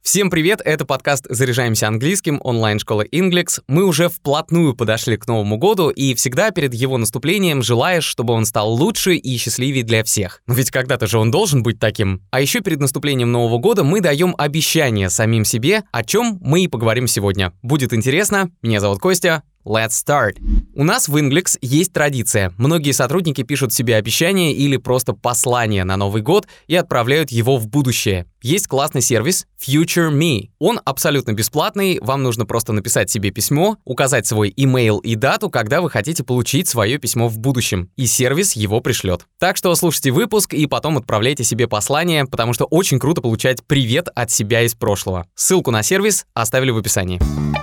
Всем привет, это подкаст «Заряжаемся английским» онлайн-школы Inglix. Мы уже вплотную подошли к Новому году, и всегда перед его наступлением желаешь, чтобы он стал лучше и счастливее для всех. Но ведь когда-то же он должен быть таким. А еще перед наступлением Нового года мы даем обещание самим себе, о чем мы и поговорим сегодня. Будет интересно. Меня зовут Костя. Let's start. У нас в Inglix есть традиция. Многие сотрудники пишут себе обещания или просто послание на Новый год и отправляют его в будущее. Есть классный сервис Future Me. Он абсолютно бесплатный, вам нужно просто написать себе письмо, указать свой email и дату, когда вы хотите получить свое письмо в будущем, и сервис его пришлет. Так что слушайте выпуск и потом отправляйте себе послание, потому что очень круто получать привет от себя из прошлого. Ссылку на сервис оставили в описании.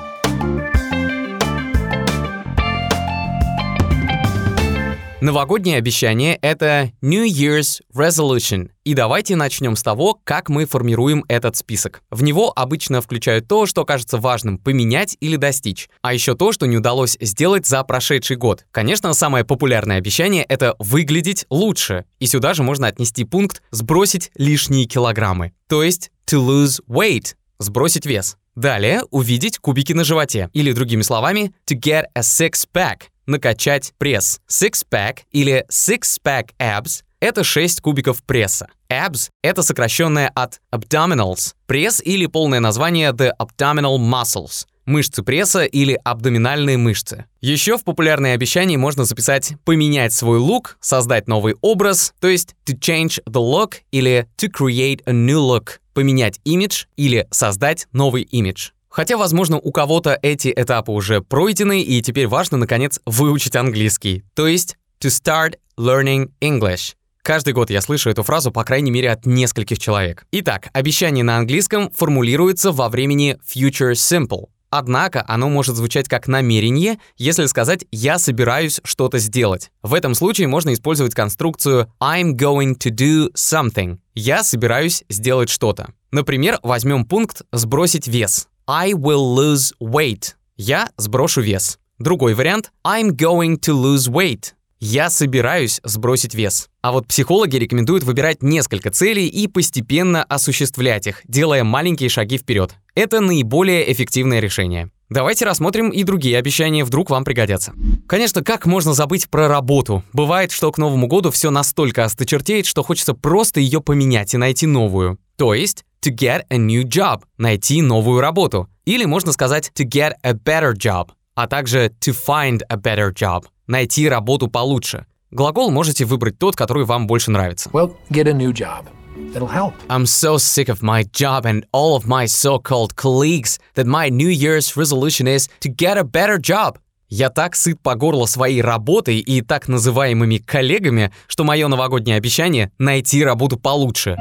Новогоднее обещание — это New Year's Resolution. И давайте начнем с того, как мы формируем этот список. В него обычно включают то, что кажется важным поменять или достичь, а еще то, что не удалось сделать за прошедший год. Конечно, самое популярное обещание — это выглядеть лучше. И сюда же можно отнести пункт «сбросить лишние килограммы», то есть to lose weight — сбросить вес. Далее — увидеть кубики на животе, или другими словами to get a six-pack — накачать пресс. Six-pack или six-pack abs — это 6 кубиков пресса. Abs — это сокращенное от abdominals. Пресс или полное название the abdominal muscles. Мышцы пресса или абдоминальные мышцы. Еще в популярные обещания можно записать поменять свой лук, создать новый образ, то есть to change the look или to create a new look. Поменять имидж или создать новый имидж. Хотя, возможно, у кого-то эти этапы уже пройдены, и теперь важно, наконец, выучить английский. То есть to start learning English. Каждый год я слышу эту фразу, по крайней мере, от нескольких человек. Итак, обещание на английском формулируется во времени future simple. Однако оно может звучать как намерение, если сказать «я собираюсь что-то сделать». В этом случае можно использовать конструкцию I'm going to do something. Я собираюсь сделать что-то. Например, возьмем пункт «сбросить вес». I will lose weight. Я сброшу вес. Другой вариант I'm going to lose weight. Я собираюсь сбросить вес. А вот психологи рекомендуют выбирать несколько целей и постепенно осуществлять их, делая маленькие шаги вперед. Это наиболее эффективное решение. Давайте рассмотрим и другие обещания, вдруг вам пригодятся. Конечно, как можно забыть про работу? Бывает, что к Новому году все настолько осточертеет, что хочется просто ее поменять и найти новую. То есть to get a new job – найти новую работу. Или можно сказать to get a better job, а также to find a better job – найти работу получше. Глагол можете выбрать тот, который вам больше нравится. Well, get a new job. It'll help. I'm so sick of my job and all of my so-called colleagues that my New Year's resolution is to get a better job. Я так сыт по горло своей работой и так называемыми коллегами, что мое новогоднее обещание — найти работу получше.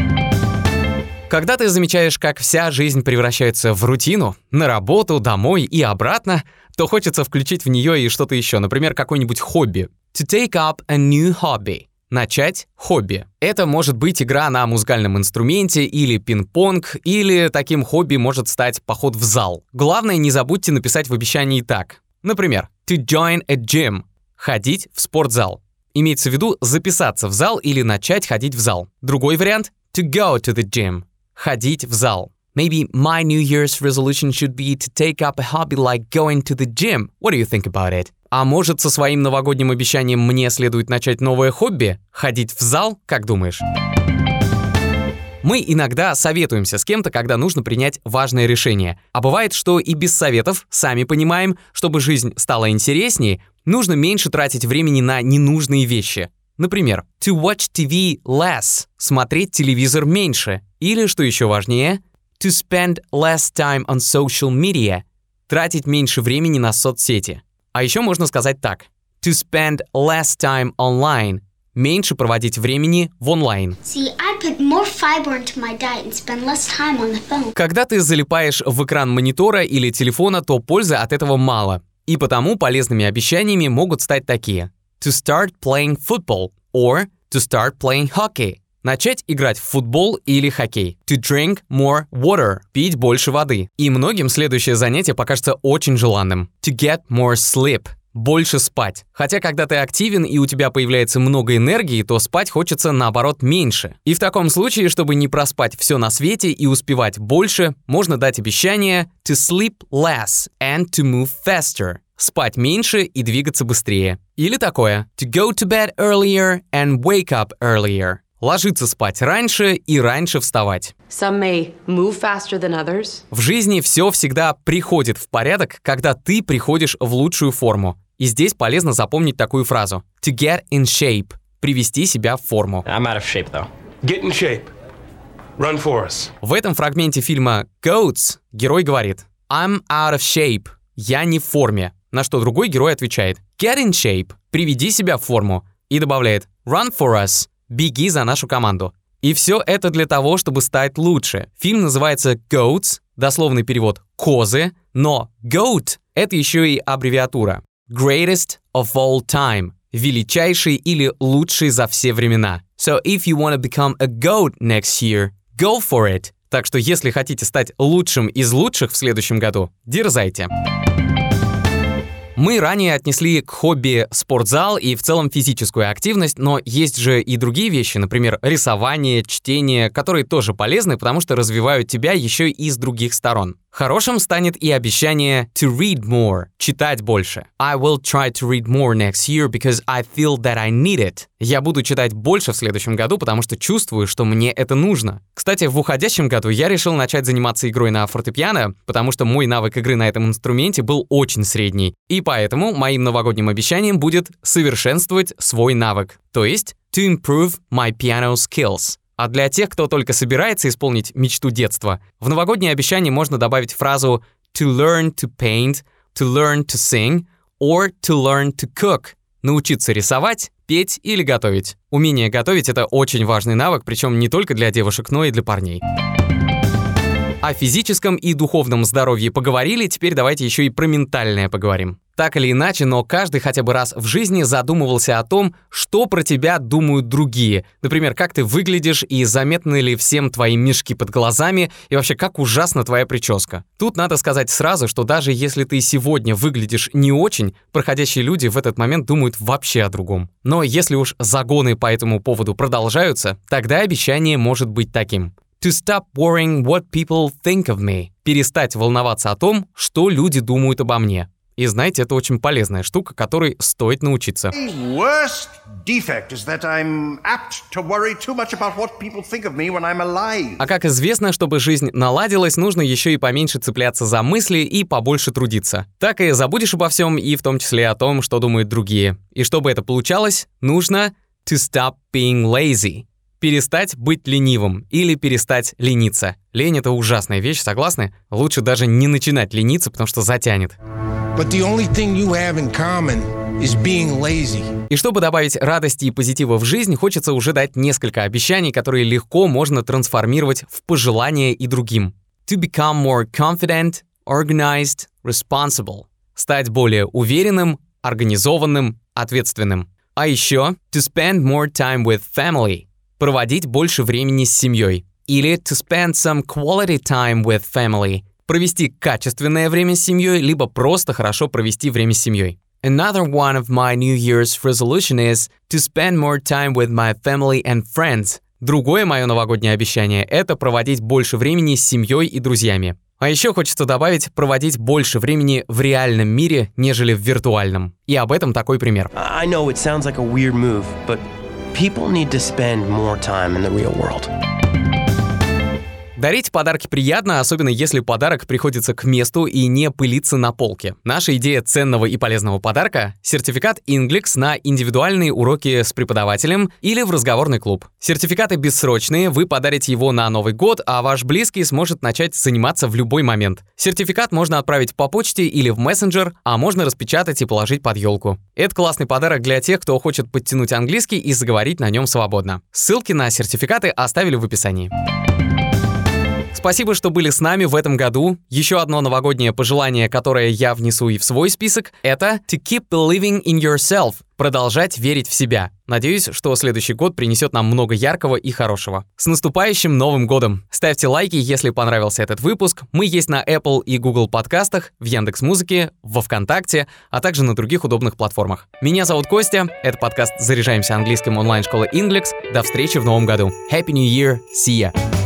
Когда ты замечаешь, как вся жизнь превращается в рутину, на работу, домой и обратно, то хочется включить в нее и что-то еще, например, какое-нибудь хобби. To take up a new hobby. Начать хобби. Это может быть игра на музыкальном инструменте или пинг-понг, или таким хобби может стать поход в зал. Главное, не забудьте написать в обещании так. Например, to join a gym. Ходить в спортзал. Имеется в виду записаться в зал или начать ходить в зал. Другой вариант – to go to the gym. Ходить в зал. Maybe my New Year's resolution should be to take up a hobby like going to the gym. What do you think about it? А может, со своим новогодним обещанием мне следует начать новое хобби? Ходить в зал? Как думаешь? Мы иногда советуемся с кем-то, когда нужно принять важное решение. А бывает, что и без советов, сами понимаем, чтобы жизнь стала интереснее, нужно меньше тратить времени на ненужные вещи. Например, to watch TV less – смотреть телевизор меньше. Или, что еще важнее, to spend less time on social media – тратить меньше времени на соцсети. А еще можно сказать так: to spend less time online – меньше проводить времени в онлайн. Когда ты залипаешь в экран монитора или телефона, то пользы от этого мало. И потому полезными обещаниями могут стать такие: to start playing football or to start playing hockey – начать играть в футбол или хоккей. To drink more water – пить больше воды. И многим следующее занятие покажется очень желанным. To get more sleep – больше спать. Хотя, когда ты активен и у тебя появляется много энергии, то спать хочется, наоборот, меньше. И в таком случае, чтобы не проспать все на свете и успевать больше, можно дать обещание to sleep less and to move faster. Спать меньше и двигаться быстрее. Или такое to go to bed earlier and wake up earlier. Ложиться спать раньше и раньше вставать. Some may move faster than others. В жизни все всегда приходит в порядок, когда ты приходишь в лучшую форму. И здесь полезно запомнить такую фразу to get in shape. Привести себя в форму. I'm out of shape, though. Get in shape. Run for us. В этом фрагменте фильма Goats герой говорит I'm out of shape. Я не в форме. На что другой герой отвечает get in shape. Приведи себя в форму. И добавляет run for us. Беги за нашу команду. И все это для того, чтобы стать лучше. Фильм называется Goats, дословный перевод «козы», но GOAT — это еще и аббревиатура. Greatest of all time. Величайший или лучший за все времена. So if you want to become a GOAT next year, go for it. Так что если хотите стать лучшим из лучших в следующем году, дерзайте. Мы ранее отнесли к хобби спортзал и в целом физическую активность, но есть же и другие вещи, например, рисование, чтение, которые тоже полезны, потому что развивают тебя еще и с других сторон. Хорошим станет и обещание to read more, читать больше. I will try to read more next year because I feel that I need it. Я буду читать больше в следующем году, потому что чувствую, что мне это нужно. Кстати, в уходящем году я решил начать заниматься игрой на фортепиано, потому что мой навык игры на этом инструменте был очень средний. И поэтому моим новогодним обещанием будет совершенствовать свой навык, то есть to improve my piano skills. А для тех, кто только собирается исполнить мечту детства, в новогоднее обещание можно добавить фразу to learn to paint, to learn to sing or to learn to cook. Научиться рисовать, петь или готовить. Умение готовить — это очень важный навык, причем не только для девушек, но и для парней. О физическом и духовном здоровье поговорили, теперь давайте еще и про ментальное поговорим. Так или иначе, но каждый хотя бы раз в жизни задумывался о том, что про тебя думают другие. Например, как ты выглядишь и заметны ли всем твои мешки под глазами и вообще как ужасна твоя прическа. Тут надо сказать сразу, что даже если ты сегодня выглядишь не очень, проходящие люди в этот момент думают вообще о другом. Но если уж загоны по этому поводу продолжаются, тогда обещание может быть таким. To stop worrying what people think of me. Перестать волноваться о том, что люди думают обо мне. И знаете, это очень полезная штука, которой стоит научиться. Worst defect is that I'm apt to worry too much about what people think of me when I'm alive. А как известно, чтобы жизнь наладилась, нужно еще и поменьше цепляться за мысли и побольше трудиться. Так и забудешь обо всем, и в том числе о том, что думают другие. И чтобы это получалось, нужно to stop being lazy. Перестать быть ленивым или перестать лениться. Лень — это ужасная вещь, согласны? Лучше даже не начинать лениться, потому что затянет. But the only thing you have in common is being lazy. И чтобы добавить радости и позитива в жизнь, хочется уже дать несколько обещаний, которые легко можно трансформировать в пожелания и другим. To become more confident, organized, responsible. Стать более уверенным, организованным, ответственным. А еще to spend more time with family. Проводить больше времени с семьей. Или to spend some quality time with family. Провести качественное время с семьей, либо просто хорошо провести время с семьей. Another one of my New Year's resolution is to spend more time with my family and friends. Другое мое новогоднее обещание — это проводить больше времени с семьей и друзьями. А еще хочется добавить проводить больше времени в реальном мире, нежели в виртуальном. И об этом такой пример. I know it sounds like a weird move, but people need to spend more time in the real world. Дарить подарки приятно, особенно если подарок приходится к месту и не пылится на полке. Наша идея ценного и полезного подарка — сертификат Inglix на индивидуальные уроки с преподавателем или в разговорный клуб. Сертификаты бессрочные, вы подарите его на Новый год, а ваш близкий сможет начать заниматься в любой момент. Сертификат можно отправить по почте или в мессенджер, а можно распечатать и положить под елку. Это классный подарок для тех, кто хочет подтянуть английский и заговорить на нем свободно. Ссылки на сертификаты оставили в описании. Спасибо, что были с нами в этом году. Еще одно новогоднее пожелание, которое я внесу и в свой список, это to keep believing in yourself. Продолжать верить в себя. Надеюсь, что следующий год принесет нам много яркого и хорошего. С наступающим Новым годом! Ставьте лайки, если понравился этот выпуск. Мы есть на Apple и Google подкастах, в Яндекс.Музыке, во ВКонтакте, а также на других удобных платформах. Меня зовут Костя, это подкаст «Заряжаемся английским» онлайн-школы Inglix. До встречи в Новом году. Happy New Year, see ya!